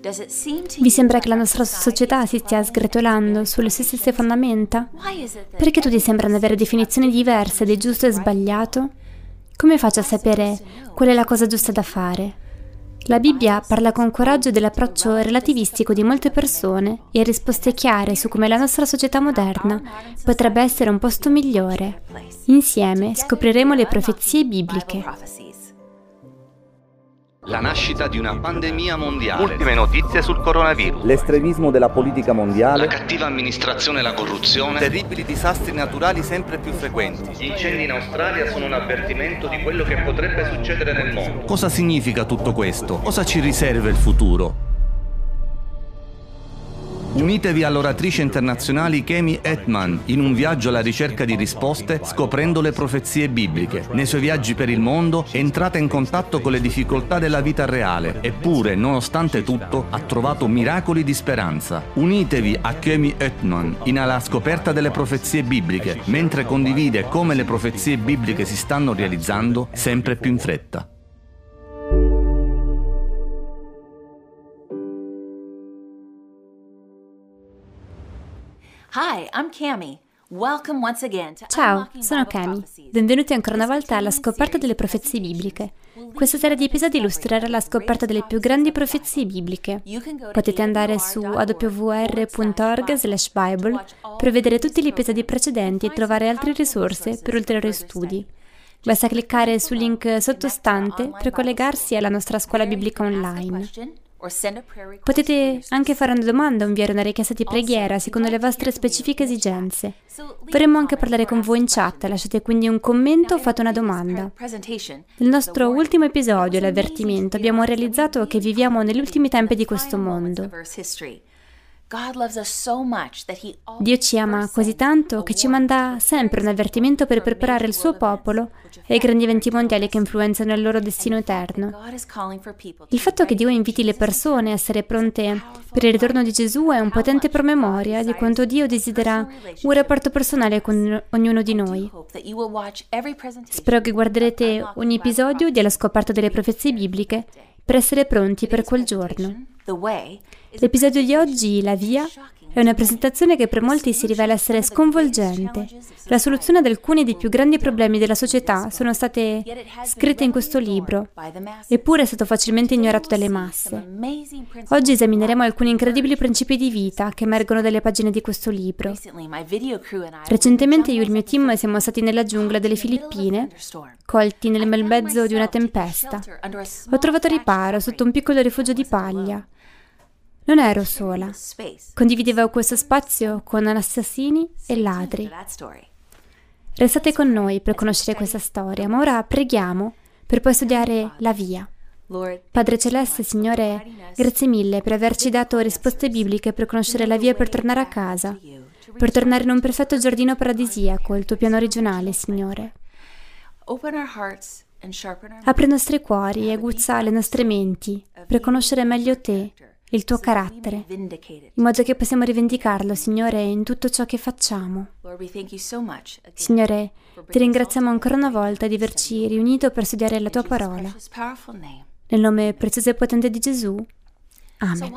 Vi sembra che la nostra società si stia sgretolando sulle sue stesse fondamenta? Perché tutti sembrano avere definizioni diverse di giusto e sbagliato? Come faccio a sapere qual è la cosa giusta da fare? La Bibbia parla con coraggio dell'approccio relativistico di molte persone e ha risposte chiare su come la nostra società moderna potrebbe essere un posto migliore. Insieme scopriremo le profezie bibliche. La nascita di una pandemia mondiale. Ultime notizie sul coronavirus. L'estremismo della politica mondiale. La cattiva amministrazione e la corruzione. Terribili disastri naturali sempre più frequenti. Gli incendi in Australia sono un avvertimento di quello che potrebbe succedere nel mondo. Cosa significa tutto questo? Cosa ci riserva il futuro? Unitevi all'oratrice internazionale Kemi Hetman in un viaggio alla ricerca di risposte scoprendo le profezie bibliche. Nei suoi viaggi per il mondo entrate in contatto con le difficoltà della vita reale, eppure, nonostante tutto, ha trovato miracoli di speranza. Unitevi a Kemi Hetman alla scoperta delle profezie bibliche, mentre condivide come le profezie bibliche si stanno realizzando sempre più in fretta. Hi, I'm Cami. Welcome once again to Ciao, sono Cami. Benvenuti ancora una volta alla scoperta delle profezie bibliche. Questa serie di episodi illustrerà la scoperta delle più grandi profezie bibliche. Potete andare su awr.org/bible per vedere tutti gli episodi precedenti e trovare altre risorse per ulteriori studi. Basta cliccare sul link sottostante per collegarsi alla nostra scuola biblica online. Potete anche fare una domanda o inviare una richiesta di preghiera secondo le vostre specifiche esigenze. Vorremmo anche parlare con voi in chat, lasciate quindi un commento o fate una domanda. Nel nostro ultimo episodio, l'avvertimento, abbiamo realizzato che viviamo negli ultimi tempi di questo mondo. Dio ci ama così tanto che ci manda sempre un avvertimento per preparare il suo popolo ai grandi eventi mondiali che influenzano il loro destino eterno. Il fatto che Dio inviti le persone a essere pronte per il ritorno di Gesù è un potente promemoria di quanto Dio desidera un rapporto personale con ognuno di noi. Spero che guarderete ogni episodio della scoperta delle profezie bibliche per essere pronti per quel giorno. L'episodio di oggi, La Via, è una presentazione che per molti si rivela essere sconvolgente. La soluzione ad alcuni dei più grandi problemi della società sono state scritte in questo libro, eppure è stato facilmente ignorato dalle masse. Oggi esamineremo alcuni incredibili principi di vita che emergono dalle pagine di questo libro. Recentemente io e il mio team siamo stati nella giungla delle Filippine, colti nel bel mezzo di una tempesta. Ho trovato riparo sotto un piccolo rifugio di paglia. Non ero sola. Condividevo questo spazio con assassini e ladri. Restate con noi per conoscere questa storia, ma ora preghiamo per poi studiare la via. Padre Celeste, Signore, grazie mille per averci dato risposte bibliche per conoscere la via per tornare a casa, per tornare in un perfetto giardino paradisiaco, il tuo piano regionale, Signore. Apri i nostri cuori e aguzza le nostre menti per conoscere meglio te, il tuo carattere, in modo che possiamo rivendicarlo, Signore, in tutto ciò che facciamo. Signore, ti ringraziamo ancora una volta di averci riunito per studiare la tua parola. Nel nome prezioso e potente di Gesù. Amen.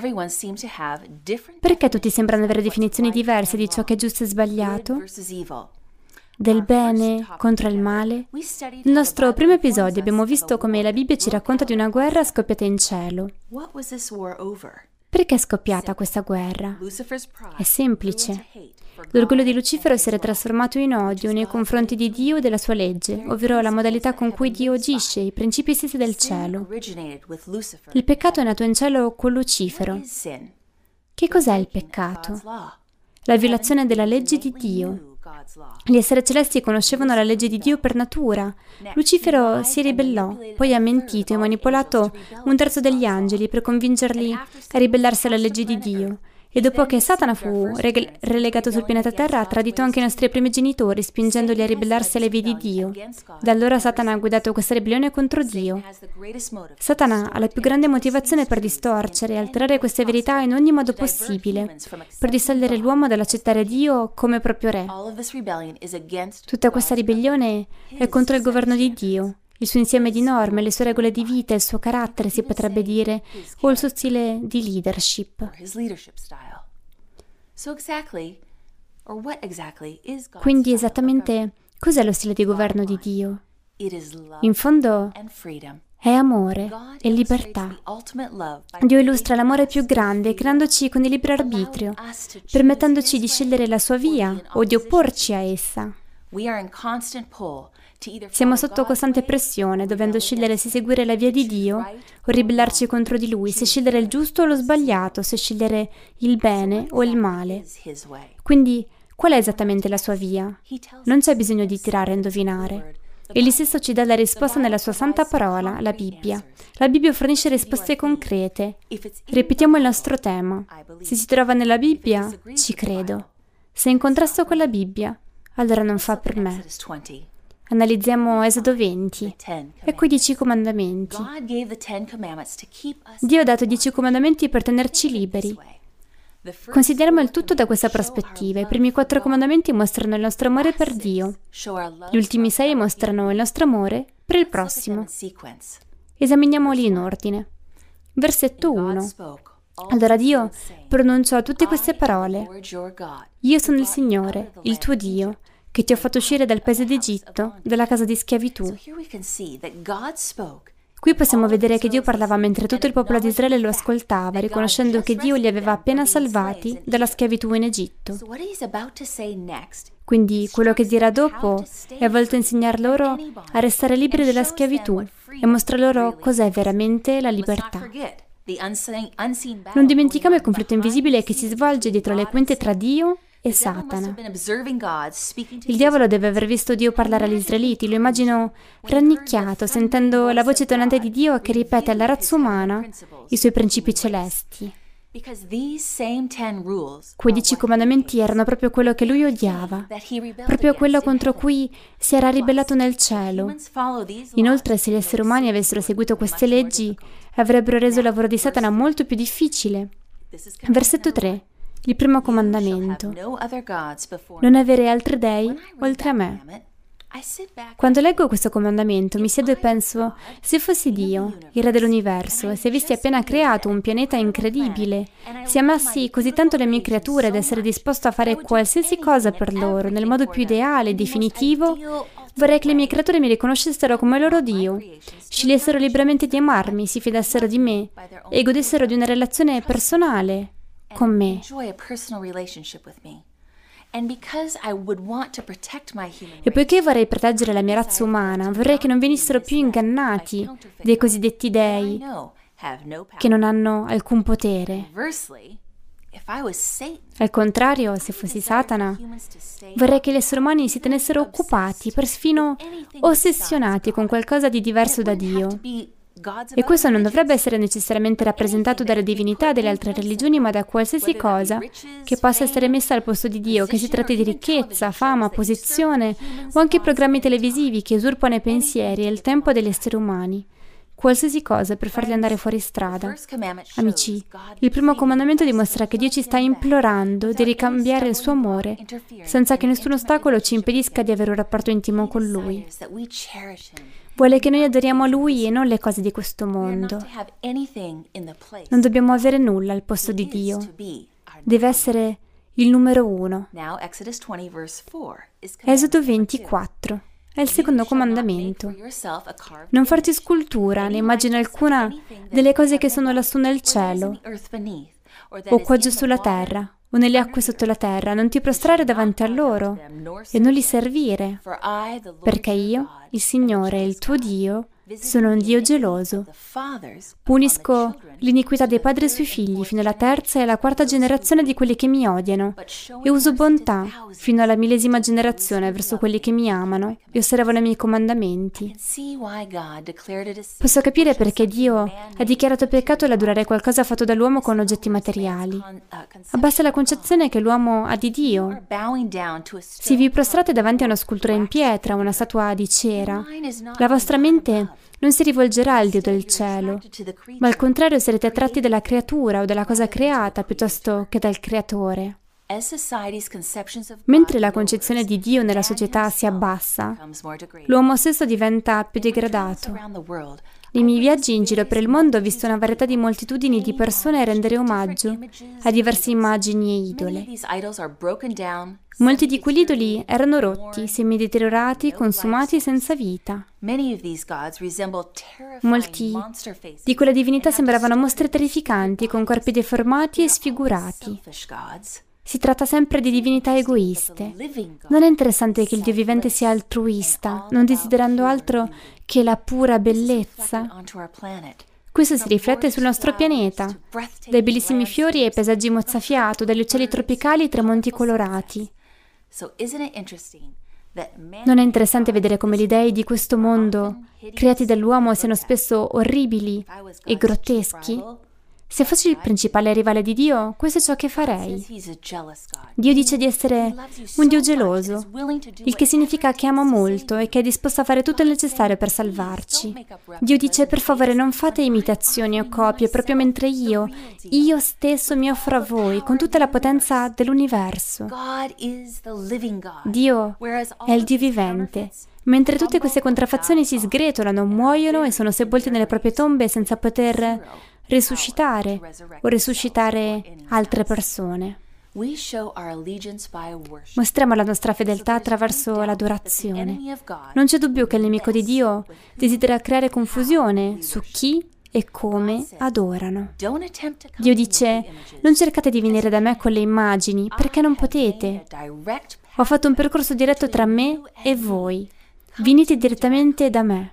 Perché tutti sembrano avere definizioni diverse di ciò che è giusto e sbagliato? Del bene contro il male? Nel nostro primo episodio abbiamo visto come la Bibbia ci racconta di una guerra scoppiata in cielo. Perché è scoppiata questa guerra? È semplice. L'orgoglio di Lucifero si era trasformato in odio nei confronti di Dio e della sua legge, ovvero la modalità con cui Dio agisce, i principi stessi del cielo. Il peccato è nato in cielo con Lucifero. Che cos'è il peccato? La violazione della legge di Dio. Gli esseri celesti conoscevano la legge di Dio per natura. Lucifero si ribellò, poi ha mentito e manipolato un terzo degli angeli per convincerli a ribellarsi alla legge di Dio. E dopo che Satana fu relegato sul pianeta Terra, ha tradito anche i nostri primi genitori, spingendoli a ribellarsi alle vie di Dio. Da allora Satana ha guidato questa ribellione contro Dio. Satana ha la più grande motivazione per distorcere e alterare queste verità in ogni modo possibile, per distogliere l'uomo dall'accettare Dio come proprio re. Tutta questa ribellione è contro il governo di Dio, il suo insieme di norme, le sue regole di vita, il suo carattere, si potrebbe dire, o il suo stile di leadership. Quindi esattamente cos'è lo stile di governo di Dio? In fondo è amore e libertà. Dio illustra l'amore più grande creandoci con il libero arbitrio, permettendoci di scegliere la sua via o di opporci a essa. Siamo sotto costante pressione, dovendo scegliere se seguire la via di Dio o ribellarci contro di Lui, se scegliere il giusto o lo sbagliato, se scegliere il bene o il male. Quindi, qual è esattamente la sua via? Non c'è bisogno di tirare a indovinare. Egli stesso ci dà la risposta nella sua santa parola, la Bibbia. La Bibbia fornisce risposte concrete. Ripetiamo il nostro tema. Se si trova nella Bibbia, ci credo. Se è in contrasto con la Bibbia, allora non fa per me. Analizziamo Esodo 20. Ecco i 10 comandamenti. Dio ha dato 10 comandamenti per tenerci liberi. Consideriamo il tutto da questa prospettiva. I primi 4 comandamenti mostrano il nostro amore per Dio. Gli ultimi 6 mostrano il nostro amore per il prossimo. Esaminiamoli in ordine. Versetto 1. Allora Dio pronunciò tutte queste parole. Io sono il Signore, il tuo Dio, che ti ho fatto uscire dal paese d'Egitto, dalla casa di schiavitù. Qui possiamo vedere che Dio parlava mentre tutto il popolo di Israele lo ascoltava, riconoscendo che Dio li aveva appena salvati dalla schiavitù in Egitto. Quindi quello che dirà dopo è volto a insegnar loro a restare liberi dalla schiavitù e mostrare loro cos'è veramente la libertà. Non dimentichiamo il conflitto invisibile che si svolge dietro le quinte tra Dio e Satana. Il diavolo deve aver visto Dio parlare agli israeliti, lo immagino rannicchiato, sentendo la voce tonante di Dio che ripete alla razza umana i suoi principi celesti. Quei 10 comandamenti erano proprio quello che lui odiava, proprio quello contro cui si era ribellato nel cielo. Inoltre, se gli esseri umani avessero seguito queste leggi, avrebbero reso il lavoro di Satana molto più difficile. Versetto 3. Il primo comandamento. Non avere altri dei oltre a me. Quando leggo questo comandamento mi siedo e penso, se fossi Dio, il Re dell'universo, e se avessi appena creato un pianeta incredibile, se amassi così tanto le mie creature da essere disposto a fare qualsiasi cosa per loro, nel modo più ideale e definitivo, vorrei che le mie creature mi riconoscessero come loro Dio, scegliessero liberamente di amarmi, si fidassero di me e godessero di una relazione personale con me. E poiché vorrei proteggere la mia razza umana, vorrei che non venissero più ingannati dei cosiddetti dei che non hanno alcun potere. Al contrario, se fossi Satana, vorrei che gli esseri umani si tenessero occupati, perfino ossessionati con qualcosa di diverso da Dio. E questo non dovrebbe essere necessariamente rappresentato dalle divinità delle altre religioni, ma da qualsiasi cosa che possa essere messa al posto di Dio, che si tratti di ricchezza, fama, posizione o anche programmi televisivi che usurpano i pensieri e il tempo degli esseri umani. Qualsiasi cosa per farli andare fuori strada. Amici, il primo comandamento dimostra che Dio ci sta implorando di ricambiare il suo amore, senza che nessun ostacolo ci impedisca di avere un rapporto intimo con Lui. Vuole che noi adoriamo Lui e non le cose di questo mondo. Non dobbiamo avere nulla al posto di Dio. Deve essere il numero 1. Esodo 24. È il secondo comandamento. Non farti scultura né immagine alcuna delle cose che sono lassù nel cielo, o qua giù sulla terra, o nelle acque sotto la terra. Non ti prostrare davanti a loro e non li servire, perché io, il Signore, il tuo Dio, sono un Dio geloso. Punisco l'iniquità dei padri sui figli fino alla 3ª e alla 4ª generazione di quelli che mi odiano e uso bontà fino alla 1000ª generazione verso quelli che mi amano e osservano i miei comandamenti. Posso capire perché Dio ha dichiarato peccato l'adorare qualcosa fatto dall'uomo con oggetti materiali. Abbassa la concezione che l'uomo ha di Dio. Se vi prostrate davanti a una scultura in pietra o una statua di cera, la vostra mente non si rivolgerà al Dio del cielo, ma al contrario sarete attratti dalla creatura o dalla cosa creata piuttosto che dal Creatore. Mentre la concezione di Dio nella società si abbassa, l'uomo stesso diventa più degradato. Nei miei viaggi in giro per il mondo ho visto una varietà di moltitudini di persone rendere omaggio a diverse immagini e idole. Molti di quegli idoli erano rotti, semideteriorati, consumati e senza vita. Molti di quelle divinità sembravano mostre terrificanti, con corpi deformati e sfigurati. Si tratta sempre di divinità egoiste. Non è interessante che il Dio vivente sia altruista, non desiderando altro che la pura bellezza? Questo si riflette sul nostro pianeta, dai bellissimi fiori ai paesaggi mozzafiato, dagli uccelli tropicali ai tramonti colorati. Non è interessante vedere come gli dei di questo mondo, creati dall'uomo, siano spesso orribili e grotteschi? Se fossi il principale rivale di Dio, questo è ciò che farei. Dio dice di essere un Dio geloso, il che significa che ama molto e che è disposto a fare tutto il necessario per salvarci. Dio dice: per favore non fate imitazioni o copie, proprio mentre io stesso mi offro a voi con tutta la potenza dell'universo. Dio è il Dio vivente. Mentre tutte queste contraffazioni si sgretolano, muoiono e sono sepolti nelle proprie tombe senza poter risuscitare o risuscitare altre persone. Mostriamo la nostra fedeltà attraverso l'adorazione. Non c'è dubbio che il nemico di Dio desidera creare confusione su chi e come adorano. Dio dice: non cercate di venire da me con le immagini, perché non potete. Ho fatto un percorso diretto tra me e voi. Venite direttamente da me.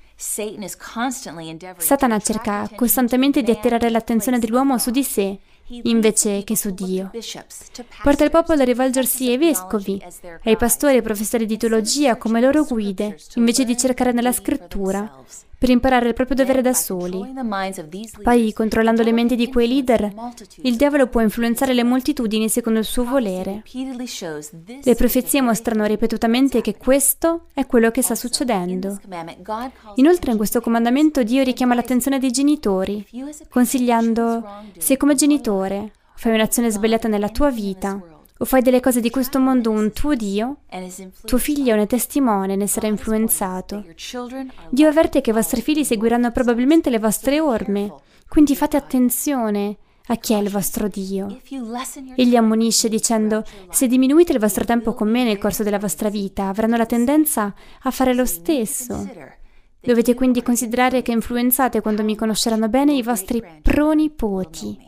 Satana cerca costantemente di attirare l'attenzione dell'uomo su di sé, invece che su Dio. Porta il popolo a rivolgersi ai vescovi, ai pastori e ai professori di teologia come loro guide, invece di cercare nella scrittura, per imparare il proprio dovere da soli. Poi, controllando le menti di quei leader, il diavolo può influenzare le moltitudini secondo il suo volere. Le profezie mostrano ripetutamente che questo è quello che sta succedendo. Inoltre, in questo comandamento Dio richiama l'attenzione dei genitori, consigliando: se come genitore fai un'azione sbagliata nella tua vita, o fai delle cose di questo mondo un tuo Dio, tuo figlio ne è testimone, ne sarà influenzato. Dio avverte che i vostri figli seguiranno probabilmente le vostre orme, quindi fate attenzione a chi è il vostro Dio. Egli ammonisce dicendo: se diminuite il vostro tempo con me nel corso della vostra vita, avranno la tendenza a fare lo stesso. Dovete quindi considerare che influenzate quando mi conosceranno bene i vostri pronipoti.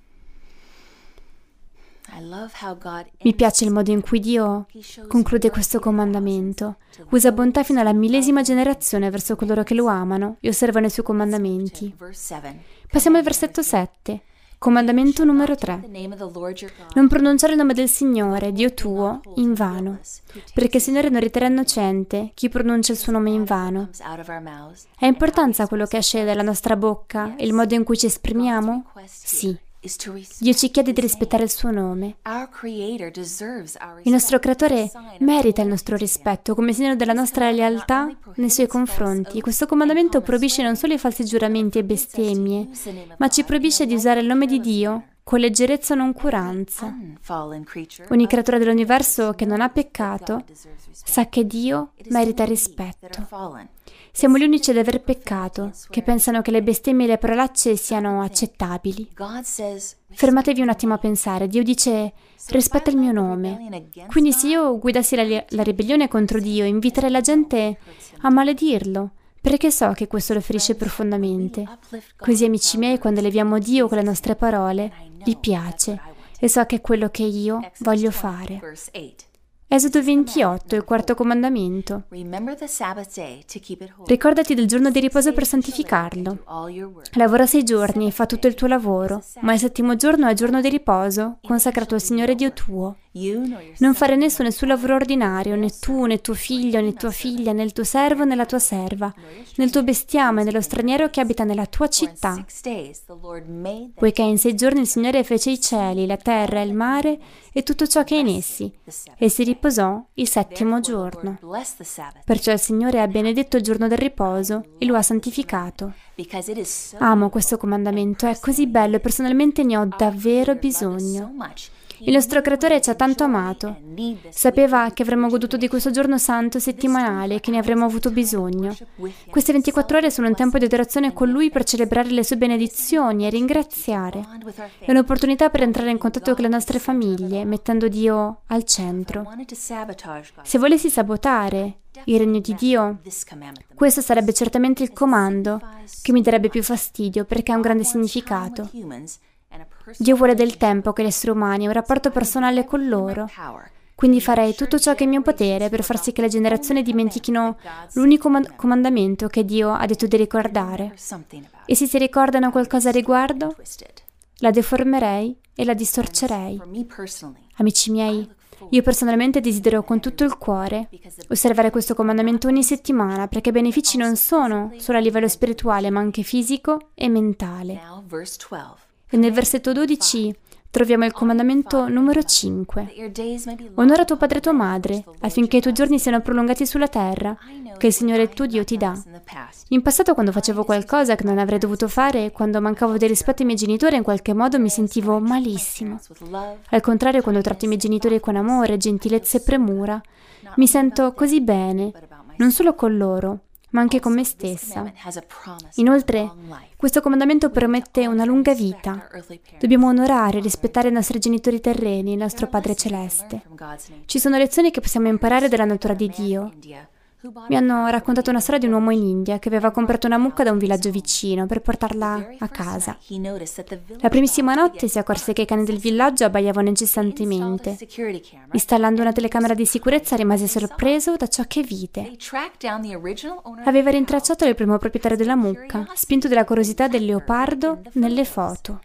Mi piace il modo in cui Dio conclude questo comandamento. Usa bontà fino alla 1000ª generazione verso coloro che lo amano e osservano i suoi comandamenti. Passiamo al versetto 7. Comandamento numero 3. Non pronunciare il nome del Signore, Dio tuo, in vano, perché il Signore non riterrà innocente chi pronuncia il suo nome in vano. Ha importanza quello che esce dalla nostra bocca e il modo in cui ci esprimiamo? Sì. Dio ci chiede di rispettare il suo nome. Il nostro Creatore merita il nostro rispetto come segno della nostra lealtà nei suoi confronti. Questo comandamento proibisce non solo i falsi giuramenti e bestemmie, ma ci proibisce di usare il nome di Dio con leggerezza o noncuranza. Ogni creatura dell'universo che non ha peccato sa che Dio merita rispetto. Siamo gli unici ad aver peccato, che pensano che le bestemmie e le parolacce siano accettabili. Fermatevi un attimo a pensare. Dio dice: rispetta il mio nome. Quindi se io guidassi la ribellione contro Dio, inviterei la gente a maledirlo, perché so che questo lo ferisce profondamente. Così, amici miei, quando eleviamo Dio con le nostre parole, gli piace, e so che è quello che io voglio fare. Esodo 28, il quarto comandamento. Ricordati del giorno di riposo per santificarlo. Lavora 6 giorni e fa tutto il tuo lavoro, ma il 7° giorno è giorno di riposo, consacrato al Signore Dio tuo. Non fare nessun lavoro ordinario, né tu, né tuo figlio, né tua figlia, né il tuo servo, né la tua serva, né il tuo bestiame, né lo straniero che abita nella tua città. Poiché in 6 giorni il Signore fece i cieli, la terra, il mare e tutto ciò che è in essi, e si riposò il 7° giorno. Perciò il Signore ha benedetto il giorno del riposo e lo ha santificato. Amo questo comandamento, è così bello e personalmente ne ho davvero bisogno. Il nostro Creatore ci ha tanto amato. Sapeva che avremmo goduto di questo giorno santo settimanale e che ne avremmo avuto bisogno. Queste 24 ore sono un tempo di adorazione con Lui per celebrare le sue benedizioni e ringraziare. È un'opportunità per entrare in contatto con le nostre famiglie, mettendo Dio al centro. Se volessi sabotare il regno di Dio, questo sarebbe certamente il comando che mi darebbe più fastidio perché ha un grande significato. Dio vuole del tempo che gli esseri umani, un rapporto personale con loro. Quindi farei tutto ciò che è in mio potere per far sì che le generazioni dimentichino l'unico comandamento che Dio ha detto di ricordare. E se si ricordano qualcosa a riguardo, la deformerei e la distorcerei. Amici miei, io personalmente desidero con tutto il cuore osservare questo comandamento ogni settimana perché i benefici non sono solo a livello spirituale ma anche fisico e mentale. E nel versetto 12 troviamo il comandamento numero 5. Onora tuo padre e tua madre, affinché i tuoi giorni siano prolungati sulla terra, che il Signore tuo Dio ti dà. In passato, quando facevo qualcosa che non avrei dovuto fare, quando mancavo di rispetto ai miei genitori, in qualche modo mi sentivo malissimo. Al contrario, quando tratto i miei genitori con amore, gentilezza e premura, mi sento così bene, non solo con loro, ma anche con me stessa. Inoltre, questo comandamento promette una lunga vita. Dobbiamo onorare e rispettare i nostri genitori terreni, il nostro Padre Celeste. Ci sono lezioni che possiamo imparare dalla natura di Dio. Mi hanno raccontato una storia di un uomo in India che aveva comprato una mucca da un villaggio vicino per portarla a casa. La primissima notte si accorse che i cani del villaggio abbaiavano incessantemente. Installando una telecamera di sicurezza rimase sorpreso da ciò che vide. Aveva rintracciato il primo proprietario della mucca, spinto dalla curiosità del leopardo nelle foto.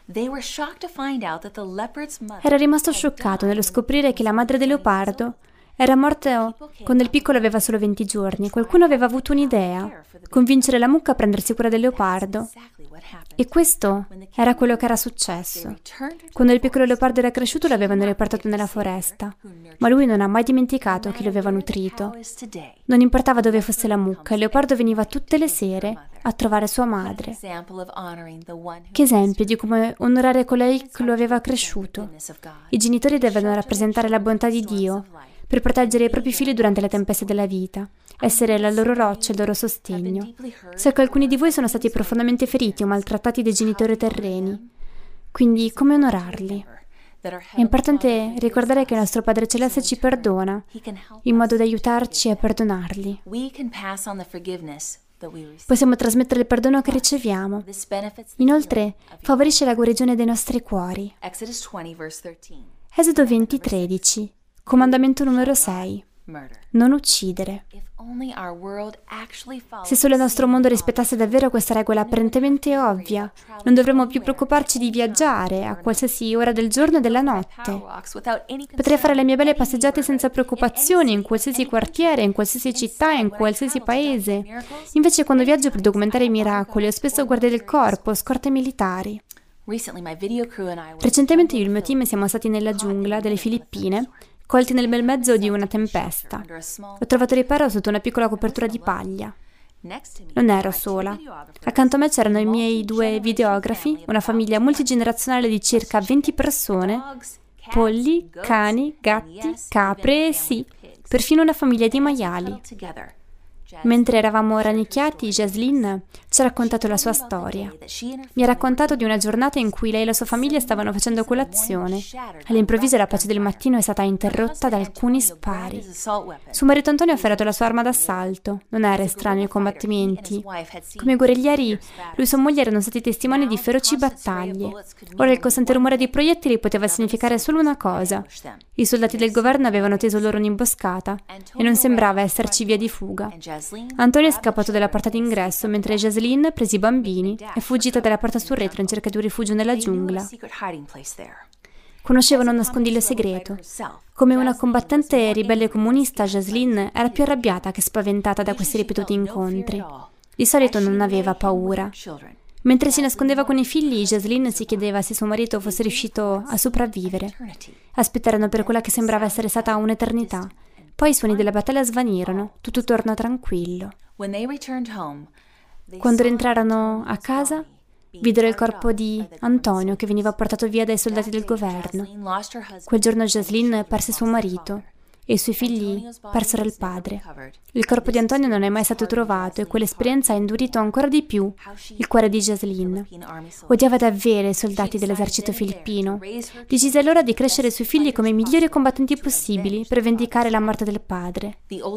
Era rimasto scioccato nello scoprire che la madre del leopardo era morta quando il piccolo aveva solo 20 giorni. Qualcuno aveva avuto un'idea: convincere la mucca a prendersi cura del leopardo. E questo era quello che era successo. Quando il piccolo leopardo era cresciuto l'avevano riportato nella foresta, ma lui non ha mai dimenticato chi lo aveva nutrito. Non importava dove fosse la mucca, il leopardo veniva tutte le sere a trovare sua madre. Che esempio di come onorare colei che lo aveva cresciuto. I genitori devono rappresentare la bontà di Dio per proteggere i propri figli durante le tempeste della vita, essere la loro roccia e il loro sostegno. So che alcuni di voi sono stati profondamente feriti o maltrattati dai genitori terreni, quindi come onorarli? È importante ricordare che il nostro Padre Celeste ci perdona, in modo da aiutarci a perdonarli. Possiamo trasmettere il perdono che riceviamo. Inoltre, favorisce la guarigione dei nostri cuori. Esodo 20:13. Comandamento numero 6. Non uccidere. Se solo il nostro mondo rispettasse davvero questa regola apparentemente ovvia, non dovremmo più preoccuparci di viaggiare a qualsiasi ora del giorno e della notte. Potrei fare le mie belle passeggiate senza preoccupazioni in qualsiasi quartiere, in qualsiasi città, in qualsiasi paese. Invece quando viaggio per documentare i miracoli ho spesso guardie del corpo, scorte militari. Recentemente io e il mio team siamo stati nella giungla delle Filippine, colti nel bel mezzo di una tempesta. Ho trovato riparo sotto una piccola copertura di paglia. Non ero sola. Accanto a me c'erano i miei 2 videografi, una famiglia multigenerazionale di circa 20 persone, polli, cani, gatti, capre e sì, perfino una famiglia di maiali. Mentre eravamo rannicchiati, Jaslyn ci ha raccontato la sua storia. Mi ha raccontato di una giornata in cui lei e la sua famiglia stavano facendo colazione. All'improvviso la pace del mattino è stata interrotta da alcuni spari. Suo marito Antonio ha afferrato la sua arma d'assalto. Non era estraneo ai combattimenti. Come guerriglieri, lui e sua moglie erano stati testimoni di feroci battaglie. Ora il costante rumore dei proiettili poteva significare solo una cosa: i soldati del governo avevano teso loro un'imboscata e non sembrava esserci via di fuga. Antonio è scappato dalla porta d'ingresso mentre Jaslyn, presi i bambini, è fuggita dalla porta sul retro in cerca di un rifugio nella giungla. Conoscevano un nascondiglio segreto. Come una combattente ribelle comunista, Jaslyn era più arrabbiata che spaventata da questi ripetuti incontri. Di solito non aveva paura. Mentre si nascondeva con i figli, Jaslyn si chiedeva se suo marito fosse riuscito a sopravvivere. Aspettarono per quella che sembrava essere stata un'eternità. Poi i suoni della battaglia svanirono, tutto tornò tranquillo. Quando rientrarono a casa, videro il corpo di Antonio che veniva portato via dai soldati del governo. Quel giorno Jocelyn perse suo marito e i suoi figli persero il padre. Il corpo di Antonio non è mai stato trovato e quell'esperienza ha indurito ancora di più il cuore di Jocelyn. Odiava davvero i soldati dell'esercito filippino. Decise allora di crescere i suoi figli come i migliori combattenti possibili per vendicare la morte del padre.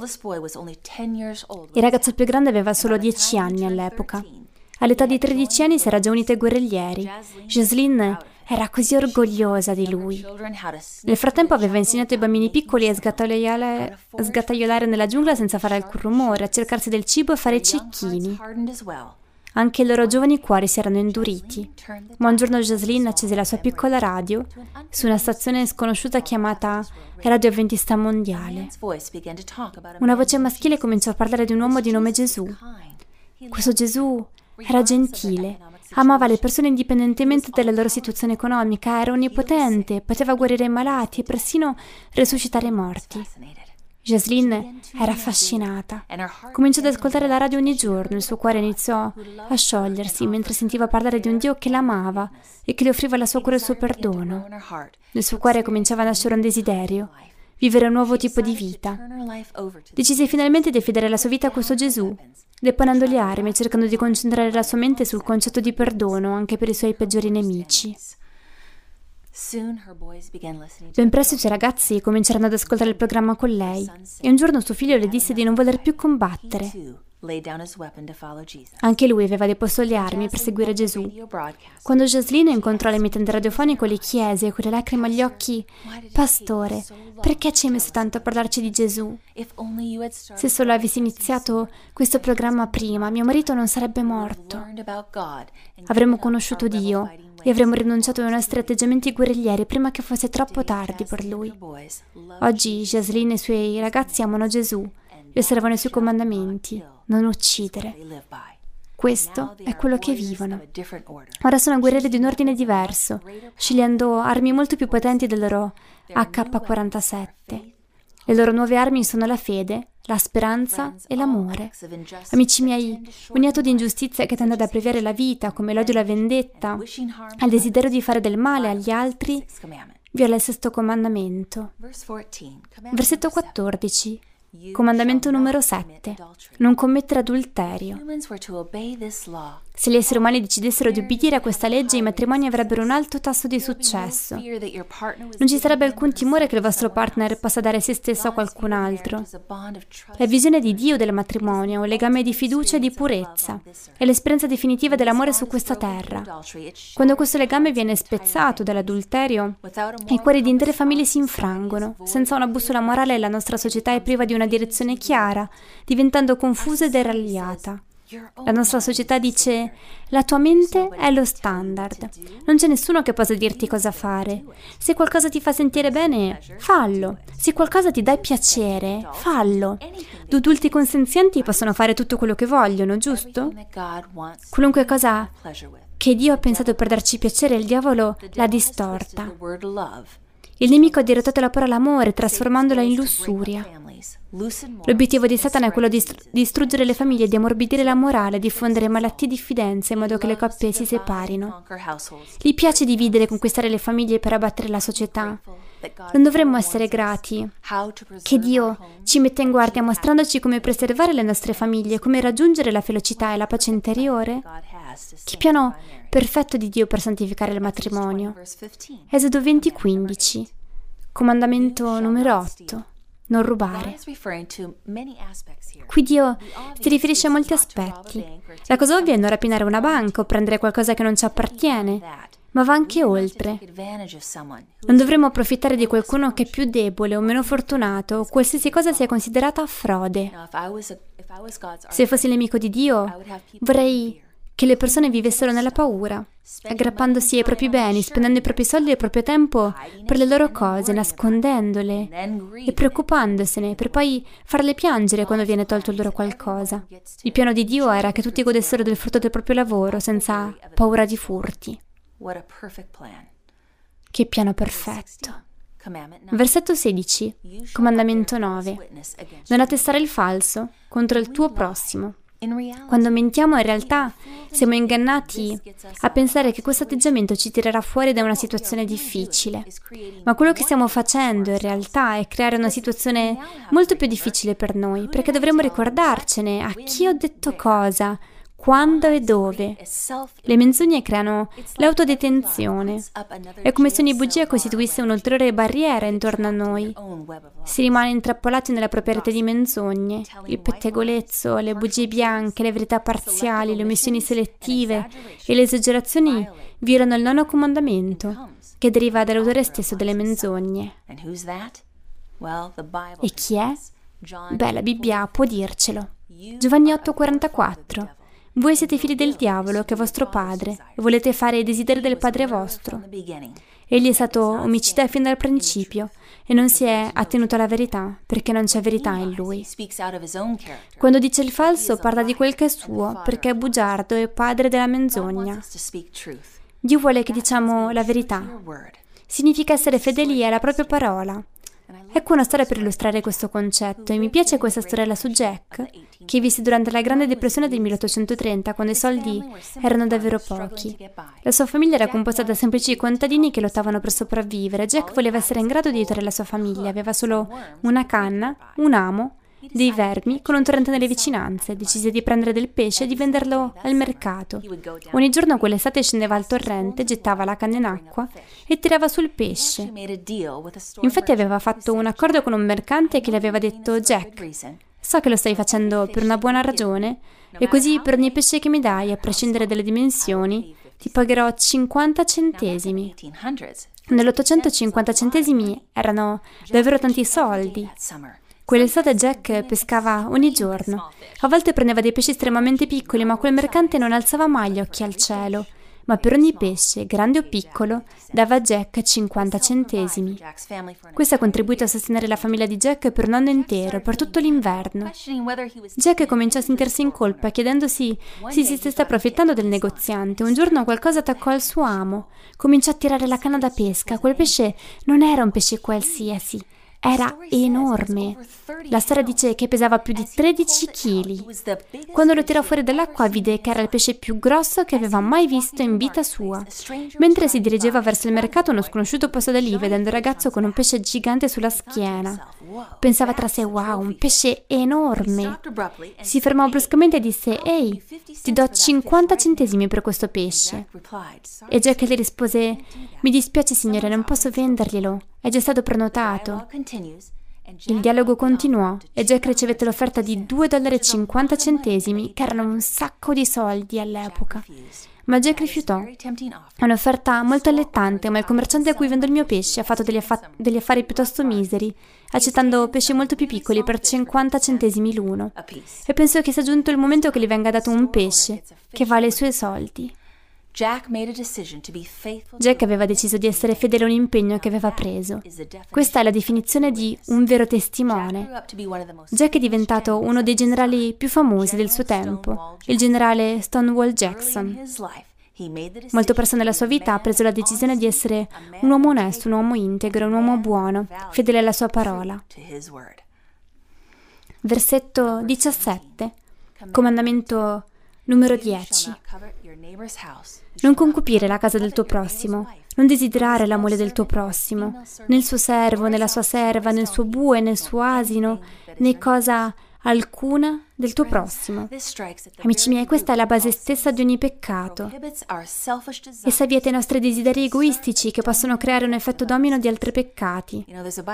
Il ragazzo più grande aveva solo 10 anni all'epoca. All'età di 13 anni si era già unito ai guerriglieri. Jocelyn era così orgogliosa di lui. Nel frattempo aveva insegnato ai bambini piccoli a sgattaiolare nella giungla senza fare alcun rumore, a cercarsi del cibo e fare i cecchini. Anche i loro giovani cuori si erano induriti. Ma un giorno Jocelyn accese la sua piccola radio su una stazione sconosciuta chiamata Radio Adventista Mondiale. Una voce maschile cominciò a parlare di un uomo di nome Gesù. Questo Gesù era gentile, amava le persone indipendentemente dalla loro situazione economica, era onnipotente, poteva guarire i malati e persino resuscitare i morti. Jocelyn era affascinata. Cominciò ad ascoltare la radio ogni giorno, il suo cuore iniziò a sciogliersi mentre sentiva parlare di un Dio che l'amava e che le offriva la sua cura e il suo perdono. Nel suo cuore cominciava a nascere un desiderio: vivere un nuovo tipo di vita. Decise finalmente di affidare la sua vita a questo Gesù, deponendo le armi e cercando di concentrare la sua mente sul concetto di perdono anche per i suoi peggiori nemici. Ben presto i suoi ragazzi cominciarono ad ascoltare il programma con lei e un giorno suo figlio le disse di non voler più combattere. Anche lui aveva deposto le armi per seguire Gesù. Quando Jocelyn incontrò l'emittente radiofonico le chiese con le lacrime agli occhi: «Pastore, perché ci hai messo tanto a parlarci di Gesù? Se solo avessi iniziato questo programma prima, mio marito non sarebbe morto. Avremmo conosciuto Dio e avremmo rinunciato ai nostri atteggiamenti guerriglieri prima che fosse troppo tardi per lui». Oggi Jocelyn e i suoi ragazzi amano Gesù e osservano i suoi comandamenti: non uccidere. Questo è quello che vivono. Ora sono guerrieri di un ordine diverso, scegliendo armi molto più potenti del loro AK-47. Le loro nuove armi sono la fede, la speranza e l'amore. Amici miei, ogni atto di ingiustizia che tende ad abbreviare la vita, come l'odio e la vendetta, al desiderio di fare del male agli altri, viola il sesto comandamento. Versetto 14. Comandamento numero 7. Non commettere adulterio. Se gli esseri umani decidessero di obbedire a questa legge, i matrimoni avrebbero un alto tasso di successo. Non ci sarebbe alcun timore che il vostro partner possa dare se stesso a qualcun altro. La visione di Dio del matrimonio è un legame di fiducia e di purezza. È l'esperienza definitiva dell'amore su questa terra. Quando questo legame viene spezzato dall'adulterio, i cuori di intere famiglie si infrangono. Senza una bussola morale, la nostra società è priva di una direzione chiara, diventando confusa e deragliata. La nostra società dice: la tua mente è lo standard, non c'è nessuno che possa dirti cosa fare. Se qualcosa ti fa sentire bene, fallo. Se qualcosa ti dà piacere, fallo. Due adulti consenzienti possono fare tutto quello che vogliono, giusto? Qualunque cosa che Dio ha pensato per darci piacere, il diavolo l'ha distorta. Il nemico ha dirottato la parola amore, trasformandola in lussuria. L'obiettivo di Satana è quello di distruggere le famiglie, di ammorbidire la morale, diffondere malattie e diffidenza in modo che le coppie si separino. Gli piace dividere e conquistare le famiglie per abbattere la società. Non dovremmo essere grati che Dio ci metta in guardia mostrandoci come preservare le nostre famiglie, come raggiungere la felicità e la pace interiore? Che piano perfetto di Dio per santificare il matrimonio. Esodo 20:15. Comandamento numero 8. Non rubare. Qui Dio si riferisce a molti aspetti. La cosa ovvia è non rapinare una banca o prendere qualcosa che non ci appartiene, ma va anche oltre. Non dovremmo approfittare di qualcuno che è più debole o meno fortunato, o qualsiasi cosa sia considerata frode. Se fossi nemico di Dio, vorrei che le persone vivessero nella paura, aggrappandosi ai propri beni, spendendo i propri soldi e il proprio tempo per le loro cose, nascondendole e preoccupandosene, per poi farle piangere quando viene tolto loro qualcosa. Il piano di Dio era che tutti godessero del frutto del proprio lavoro, senza paura di furti. Che piano perfetto. Versetto 16, comandamento 9. Non attestare il falso contro il tuo prossimo. Quando mentiamo, in realtà siamo ingannati a pensare che questo atteggiamento ci tirerà fuori da una situazione difficile. Ma quello che stiamo facendo in realtà è creare una situazione molto più difficile per noi, perché dovremmo ricordarcene a chi ho detto cosa, quando e dove. Le menzogne creano l'autodetenzione. È come se ogni bugia costituisse un'ulteriore barriera intorno a noi. Si rimane intrappolati nella propria rete di menzogne. Il pettegolezzo, le bugie bianche, le verità parziali, le omissioni selettive e le esagerazioni violano il 9° comandamento, che deriva dall'autore stesso delle menzogne. E chi è? Beh, la Bibbia può dircelo. Giovanni 8,44. Voi siete figli del diavolo, che è vostro padre, e volete fare i desideri del padre vostro. Egli è stato omicida fin dal principio e non si è attenuto alla verità, perché non c'è verità in lui. Quando dice il falso, parla di quel che è suo, perché è bugiardo e padre della menzogna. Dio vuole che diciamo la verità. Significa essere fedeli alla propria parola. Ecco una storia per illustrare questo concetto, e mi piace questa storiella su Jack, che visse durante la Grande Depressione del 1830, quando i soldi erano davvero pochi. La sua famiglia era composta da semplici contadini che lottavano per sopravvivere. Jack voleva essere in grado di aiutare la sua famiglia, aveva solo una canna, un amo, dei vermi con un torrente nelle vicinanze. Decise di prendere del pesce e di venderlo al mercato. Ogni giorno quell'estate scendeva al torrente, gettava la canna in acqua e tirava sul pesce. Infatti aveva fatto un accordo con un mercante che le aveva detto: Jack, so che lo stai facendo per una buona ragione e così per ogni pesce che mi dai, a prescindere dalle dimensioni, ti pagherò 50 centesimi. Nell'800 50 centesimi erano davvero tanti soldi. Quell'estate Jack pescava ogni giorno. A volte prendeva dei pesci estremamente piccoli, ma quel mercante non alzava mai gli occhi al cielo. Ma per ogni pesce, grande o piccolo, dava a Jack 50 centesimi. Questo ha contribuito a sostenere la famiglia di Jack per un anno intero, per tutto l'inverno. Jack cominciò a sentirsi in colpa, chiedendosi se si stesse approfittando del negoziante. Un giorno qualcosa attaccò al suo amo. Cominciò a tirare la canna da pesca. Quel pesce non era un pesce qualsiasi. Era enorme. La storia dice che pesava più di 13 kg. Quando lo tirò fuori dall'acqua vide che era il pesce più grosso che aveva mai visto in vita sua. Mentre si dirigeva verso il mercato, uno sconosciuto passò da lì vedendo il ragazzo con un pesce gigante sulla schiena. Pensava tra sé: wow, un pesce enorme. Si fermò bruscamente e disse: ehi, ti do 50 centesimi per questo pesce. E Jack le rispose: mi dispiace signore, non posso venderglielo, è già stato prenotato. Il dialogo continuò e Jack ricevette l'offerta di $2,50, che erano un sacco di soldi all'epoca. Ma Jack rifiutò. È un'offerta molto allettante, ma il commerciante a cui vendo il mio pesce ha fatto degli affari piuttosto miseri, accettando pesci molto più piccoli per 50 centesimi l'uno. E penso che sia giunto il momento che gli venga dato un pesce che vale i suoi soldi. Jack aveva deciso di essere fedele a un impegno che aveva preso. Questa è la definizione di un vero testimone. Jack è diventato uno dei generali più famosi del suo tempo, il generale Stonewall Jackson. Molto presto nella sua vita ha preso la decisione di essere un uomo onesto, un uomo integro, un uomo buono, fedele alla sua parola. Versetto 17, comandamento numero 10. Non concupire la casa del tuo prossimo, non desiderare la moglie del tuo prossimo, né il suo servo, né la sua serva, né il suo bue, né il suo asino, né cosa alcuna del tuo prossimo. Amici miei, questa è la base stessa di ogni peccato. Essa vieta i nostri desideri egoistici che possono creare un effetto domino di altri peccati.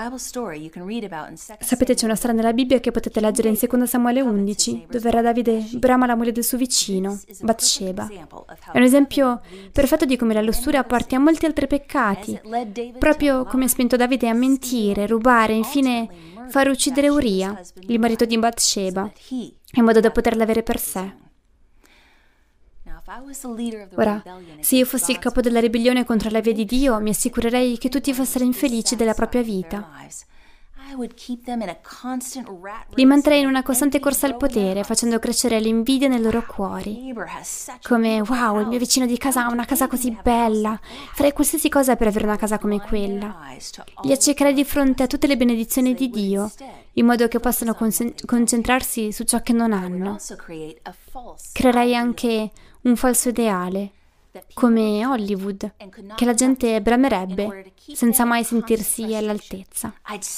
Sapete, c'è una storia nella Bibbia che potete leggere in 2 Samuele 11, dove Re Davide brama la moglie del suo vicino, Batsheba. È un esempio perfetto di come la lussuria porti a molti altri peccati, proprio come ha spinto Davide a mentire, rubare e infine far uccidere Uria, il marito di Batsheba, in modo da poterla avere per sé. Ora, se io fossi il capo della ribellione contro la via di Dio, mi assicurerei che tutti fossero infelici della propria vita. Li manterrei in una costante corsa al potere, facendo crescere l'invidia nei loro cuori. Come, wow, il mio vicino di casa ha una casa così bella, farei qualsiasi cosa per avere una casa come quella. Li accecherei di fronte a tutte le benedizioni di Dio, in modo che possano concentrarsi su ciò che non hanno. Creerei anche un falso ideale, come Hollywood, che la gente bramerebbe senza mai sentirsi all'altezza.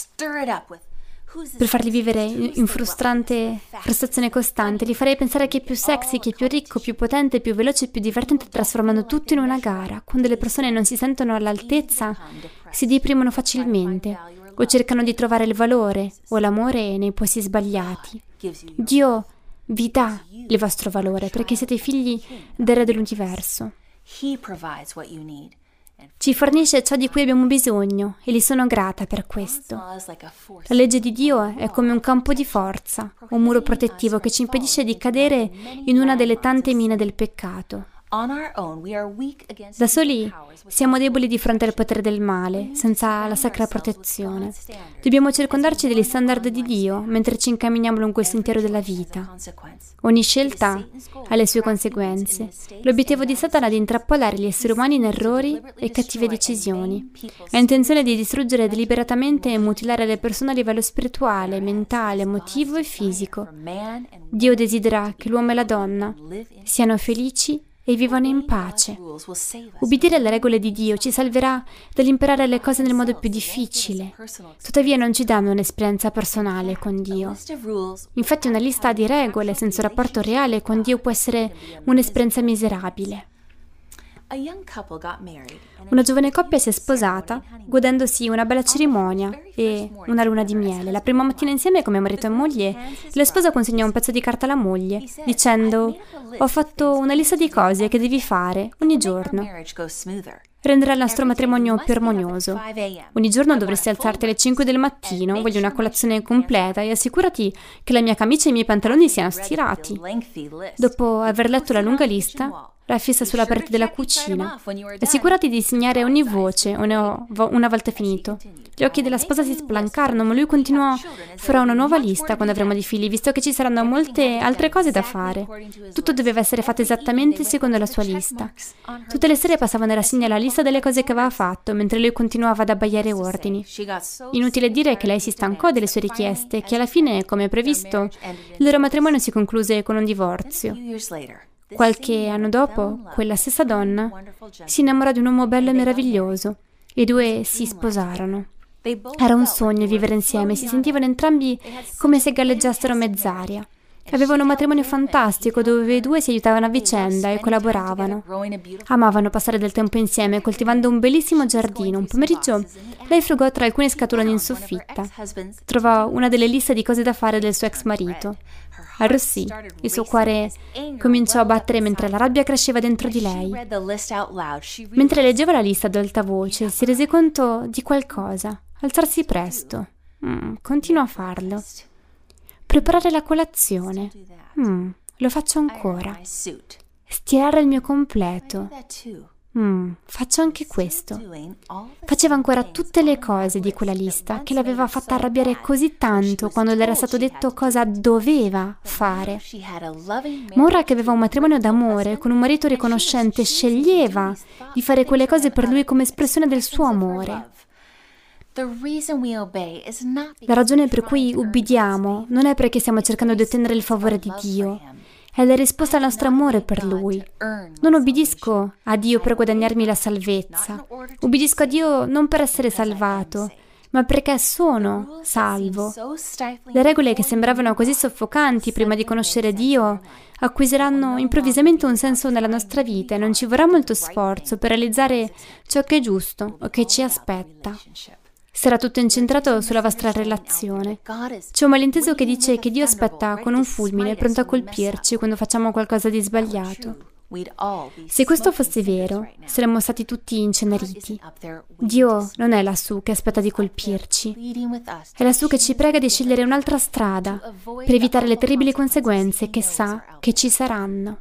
Per farli vivere in frustrazione costante, li farei pensare che è più sexy, che è più ricco, più potente, più veloce e più divertente, trasformando tutto in una gara. Quando le persone non si sentono all'altezza, si deprimono facilmente o cercano di trovare il valore o l'amore nei posti sbagliati. Dio vi dà il vostro valore perché siete figli del Re dell'universo. Ci fornisce ciò di cui abbiamo bisogno e gli sono grata per questo. La legge di Dio è come un campo di forza, un muro protettivo che ci impedisce di cadere in una delle tante mine del peccato. Da soli siamo deboli di fronte al potere del male, senza la sacra protezione. Dobbiamo circondarci degli standard di Dio mentre ci incamminiamo lungo il sentiero della vita. Ogni scelta ha le sue conseguenze. L'obiettivo di Satana è di intrappolare gli esseri umani in errori e cattive decisioni. Ha intenzione di distruggere deliberatamente e mutilare le persone a livello spirituale, mentale, emotivo e fisico. Dio desidera che l'uomo e la donna siano felici e vivono in pace. Ubbidire alle regole di Dio ci salverà dall'imparare le cose nel modo più difficile. Tuttavia non ci danno un'esperienza personale con Dio. Infatti una lista di regole senza un rapporto reale con Dio può essere un'esperienza miserabile. Una giovane coppia si è sposata, godendosi una bella cerimonia e una luna di miele. La prima mattina insieme come marito e moglie, la sposa consegnò un pezzo di carta alla moglie, dicendo: «Ho fatto una lista di cose che devi fare ogni giorno. Renderà il nostro matrimonio più armonioso. Ogni giorno dovresti alzarti alle 5 del mattino, voglio una colazione completa e assicurati che la mia camicia e i miei pantaloni siano stirati». Dopo aver letto la lunga lista, la fissa sulla parete della cucina. Assicurati di segnare ogni voce una volta finito. Gli occhi della sposa si splancarono, ma lui continuò: «Farò una nuova lista quando avremo dei figli, visto che ci saranno molte altre cose da fare». Tutto doveva essere fatto esattamente secondo la sua lista. Tutte le sere passavano a rassegnare la lista delle cose che aveva fatto, mentre lui continuava ad abbaiare ordini. Inutile dire che lei si stancò delle sue richieste e che alla fine, come previsto, il loro matrimonio si concluse con un divorzio. Qualche anno dopo, quella stessa donna si innamorò di un uomo bello e meraviglioso e i due si sposarono. Era un sogno vivere insieme, si sentivano entrambi come se galleggiassero mezz'aria. Avevano un matrimonio fantastico dove i due si aiutavano a vicenda e collaboravano. Amavano passare del tempo insieme coltivando un bellissimo giardino. Un pomeriggio lei frugò tra alcune scatoloni in soffitta. Trovò una delle liste di cose da fare del suo ex marito. Arrossì, il suo cuore cominciò a battere mentre la rabbia cresceva dentro di lei. Mentre leggeva la lista ad alta voce, si rese conto di qualcosa. Alzarsi presto. Continua a farlo. Preparare la colazione. Lo faccio ancora. Stirare il mio completo. Faccio anche questo. Faceva ancora tutte le cose di quella lista che l'aveva fatta arrabbiare così tanto quando le era stato detto cosa doveva fare. Ma ora che aveva un matrimonio d'amore con un marito riconoscente, sceglieva di fare quelle cose per lui come espressione del suo amore. La ragione per cui ubbidiamo non è perché stiamo cercando di ottenere il favore di Dio, è la risposta al nostro amore per Lui. Non ubbidisco a Dio per guadagnarmi la salvezza, ubbidisco a Dio non per essere salvato, ma perché sono salvo. Le regole che sembravano così soffocanti prima di conoscere Dio acquisiranno improvvisamente un senso nella nostra vita e non ci vorrà molto sforzo per realizzare ciò che è giusto o che ci aspetta. Sarà tutto incentrato sulla vostra relazione. C'è un malinteso che dice che Dio aspetta con un fulmine pronto a colpirci quando facciamo qualcosa di sbagliato. Se questo fosse vero, saremmo stati tutti inceneriti. Dio non è lassù che aspetta di colpirci, è lassù che ci prega di scegliere un'altra strada per evitare le terribili conseguenze che sa che ci saranno.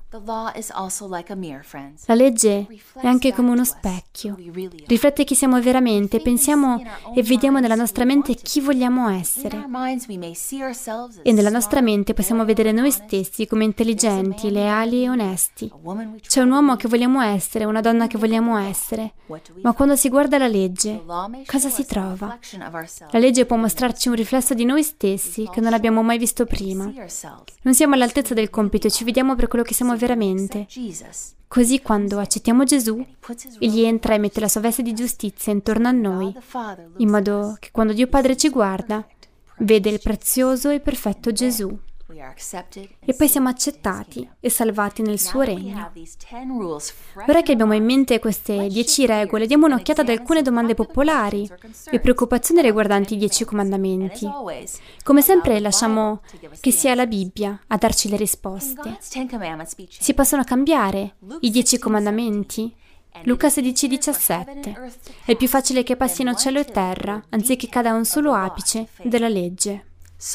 La legge è anche come uno specchio. Riflette chi siamo veramente, pensiamo e vediamo nella nostra mente chi vogliamo essere. E nella nostra mente possiamo vedere noi stessi come intelligenti, leali e onesti. C'è un uomo che vogliamo essere, una donna che vogliamo essere, ma quando si guarda la legge, cosa si trova? La legge può mostrarci un riflesso di noi stessi che non abbiamo mai visto prima. Non siamo all'altezza del compito e ci vediamo per quello che siamo veramente. Così quando accettiamo Gesù, Egli entra e mette la sua veste di giustizia intorno a noi, in modo che quando Dio Padre ci guarda, vede il prezioso e perfetto Gesù. E poi siamo accettati e salvati nel suo regno. Ora che abbiamo in mente queste 10 regole, diamo un'occhiata ad alcune domande popolari e preoccupazioni riguardanti i 10 comandamenti. Come sempre lasciamo che sia la Bibbia a darci le risposte. Si possono cambiare i 10 comandamenti? Luca 16,17. È più facile che passino cielo e terra anziché cada un solo apice della legge.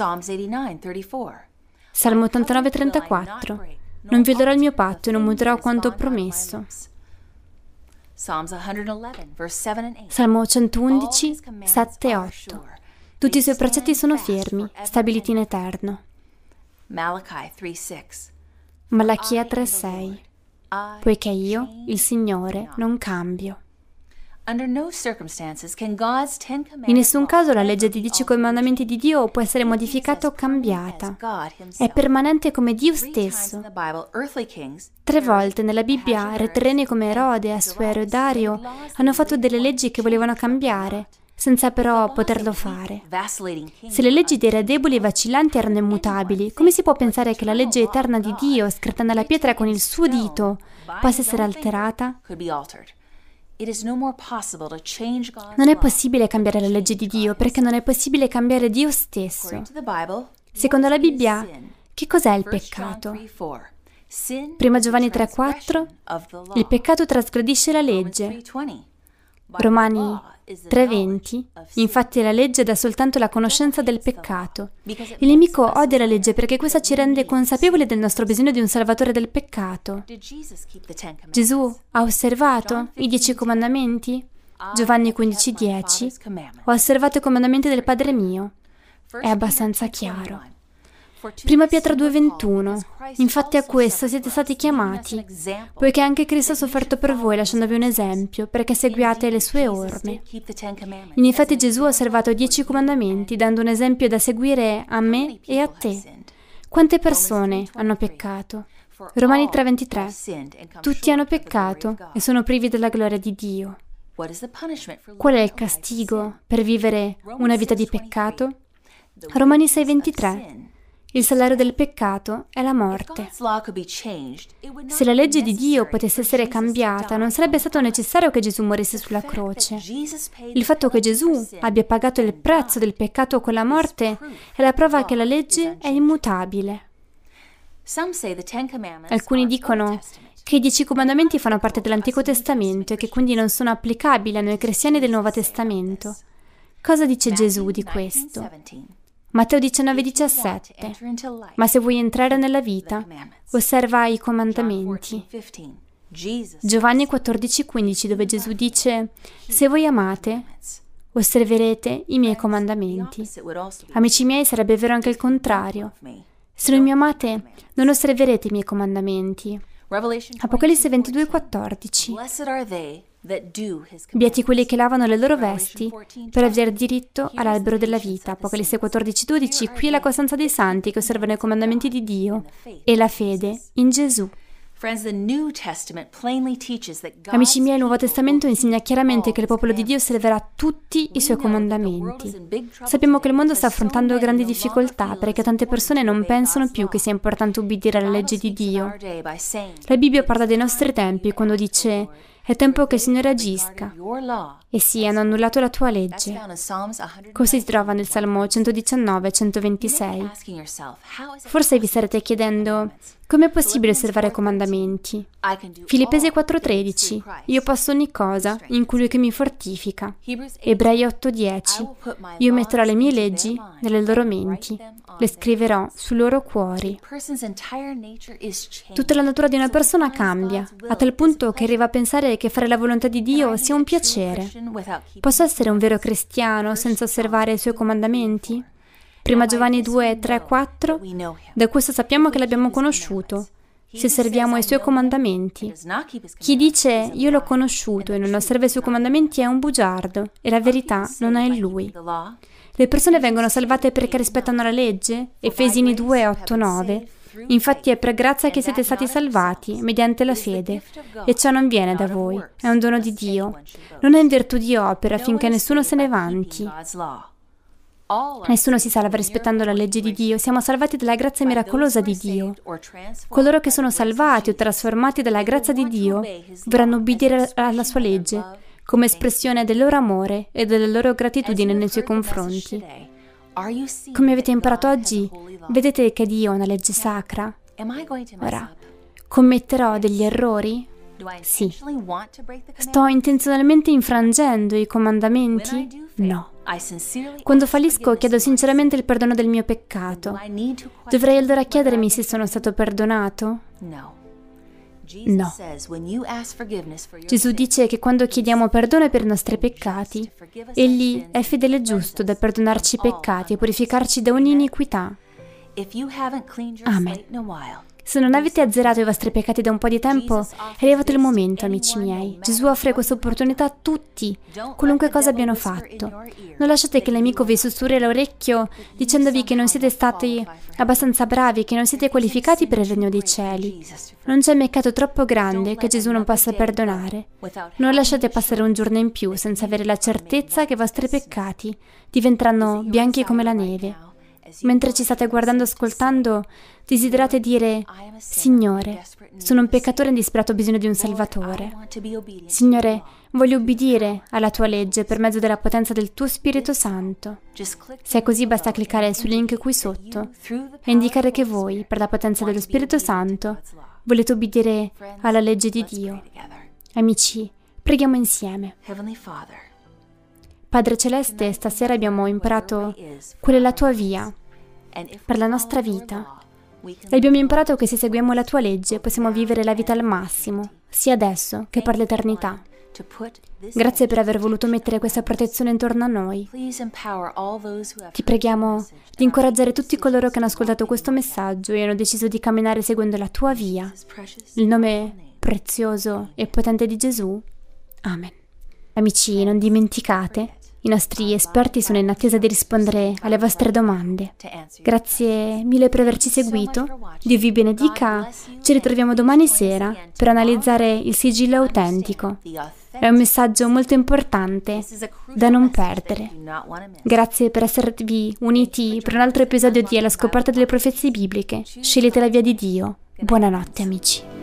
Salmo 89,34. Non violerò il mio patto e non muterò quanto ho promesso. Salmo 111, 7 e 8. Tutti i suoi precetti sono fermi, stabiliti in eterno. Malachia 3,6. Poiché io, il Signore, non cambio. In nessun caso la legge dei 10 comandamenti di Dio può essere modificata o cambiata. È permanente come Dio stesso. 3 volte nella Bibbia re terreni come Erode, Assuero e Dario hanno fatto delle leggi che volevano cambiare, senza però poterlo fare. Se le leggi dei re deboli e vacillanti erano immutabili, come si può pensare che la legge eterna di Dio, scritta nella pietra con il suo dito, possa essere alterata? Non è possibile cambiare la legge di Dio, perché non è possibile cambiare Dio stesso. Secondo la Bibbia, che cos'è il peccato? 1 Giovanni 3,4. Il peccato trasgredisce la legge. Romani 3,20. Infatti la legge dà soltanto la conoscenza del peccato. Il nemico odia la legge perché questa ci rende consapevoli del nostro bisogno di un salvatore del peccato. Gesù ha osservato i 10 comandamenti? Giovanni 15,10. Ho osservato i comandamenti del Padre mio. È abbastanza chiaro. 1 Pietro 2,21. Infatti a questo siete stati chiamati, poiché anche Cristo ha sofferto per voi lasciandovi un esempio, perché seguiate le sue orme. In effetti Gesù ha osservato i 10 comandamenti, dando un esempio da seguire a me e a te. Quante persone hanno peccato? Romani 3,23. Tutti hanno peccato e sono privi della gloria di Dio. Qual è il castigo per vivere una vita di peccato? Romani 6,23. Il salario del peccato è la morte. Se la legge di Dio potesse essere cambiata, non sarebbe stato necessario che Gesù morisse sulla croce. Il fatto che Gesù abbia pagato il prezzo del peccato con la morte è la prova che la legge è immutabile. Alcuni dicono che i 10 comandamenti fanno parte dell'Antico Testamento e che quindi non sono applicabili a noi cristiani del Nuovo Testamento. Cosa dice Gesù di questo? Matteo 19,17. Ma se vuoi entrare nella vita, osserva i comandamenti. Giovanni 14,15, dove Gesù dice: se voi amate, osserverete i miei comandamenti. Amici miei, sarebbe vero anche il contrario. Se non mi amate, non osserverete i miei comandamenti. Apocalisse 22,14. Beati quelli che lavano le loro vesti per aver diritto all'albero della vita. Apocalisse 14,12. Qui è la costanza dei santi che osservano i comandamenti di Dio e la fede in Gesù. Amici miei, il Nuovo Testamento insegna chiaramente che il popolo di Dio osserverà tutti i suoi comandamenti. Sappiamo che il mondo sta affrontando grandi difficoltà perché tante persone non pensano più che sia importante ubbidire alla legge di Dio. La Bibbia parla dei nostri tempi quando dice: è tempo che il Signore agisca. E sì, hanno annullato la tua legge. Così si trova nel Salmo 119, 126. Forse vi starete chiedendo: Com'è possibile osservare i comandamenti? Filippesi 4:13. Io posso ogni cosa in colui che mi fortifica. Ebrei 8:10. Io metterò le mie leggi nelle loro menti, le scriverò sui loro cuori. Tutta la natura di una persona cambia, a tal punto che arriva a pensare che fare la volontà di Dio sia un piacere. Posso essere un vero cristiano senza osservare i suoi comandamenti? Prima Giovanni 2:3-4. Da questo sappiamo che l'abbiamo conosciuto, se osserviamo i suoi comandamenti. Chi dice io l'ho conosciuto e non osserva i suoi comandamenti è un bugiardo, e la verità non è in lui. Le persone vengono salvate perché rispettano la legge? Efesini 2:8-9. Infatti è per grazia che siete stati salvati, mediante la fede, e ciò non viene da voi, è un dono di Dio. Non è in virtù di opera, affinché nessuno se ne vanti. Nessuno si salva rispettando la legge di Dio, siamo salvati dalla grazia miracolosa di Dio. Coloro che sono salvati o trasformati dalla grazia di Dio dovranno obbedire alla sua legge, come espressione del loro amore e della loro gratitudine nei suoi confronti. Come avete imparato oggi, vedete che Dio ha una legge sacra? Ora, commetterò degli errori? Sì. Sto intenzionalmente infrangendo i comandamenti? No. Quando fallisco, chiedo sinceramente il perdono del mio peccato. Dovrei allora chiedermi se sono stato perdonato? No. Gesù dice che quando chiediamo perdono per i nostri peccati, Egli è fedele e giusto da perdonarci i peccati e purificarci da ogni iniquità. Amen. Se non avete azzerato i vostri peccati da un po' di tempo, è arrivato il momento, amici miei. Gesù offre questa opportunità a tutti, qualunque cosa abbiano fatto. Non lasciate che l'amico vi sussurri all'orecchio dicendovi che non siete stati abbastanza bravi, che non siete qualificati per il regno dei cieli. Non c'è peccato troppo grande che Gesù non possa perdonare. Non lasciate passare un giorno in più senza avere la certezza che i vostri peccati diventeranno bianchi come la neve. Mentre ci state guardando e ascoltando, desiderate dire: Signore, sono un peccatore in disperato bisogno di un Salvatore. Signore, voglio obbedire alla Tua legge per mezzo della potenza del Tuo Spirito Santo. Se è così, basta cliccare sul link qui sotto e indicare che voi, per la potenza dello Spirito Santo, volete obbedire alla legge di Dio. Amici, preghiamo insieme. Padre Celeste, stasera abbiamo imparato qual è la Tua via per la nostra vita. E abbiamo imparato che se seguiamo la Tua legge possiamo vivere la vita al massimo, sia adesso che per l'eternità. Grazie per aver voluto mettere questa protezione intorno a noi. Ti preghiamo di incoraggiare tutti coloro che hanno ascoltato questo messaggio e hanno deciso di camminare seguendo la Tua via. Nel nome prezioso e potente di Gesù. Amen. Amici, non dimenticate, i nostri esperti sono in attesa di rispondere alle vostre domande. Grazie mille per averci seguito. Dio vi benedica. Ci ritroviamo domani sera per analizzare il sigillo autentico. È un messaggio molto importante da non perdere. Grazie per esservi uniti per un altro episodio di Alla scoperta delle profezie bibliche. Scegliete la via di Dio. Buonanotte, amici.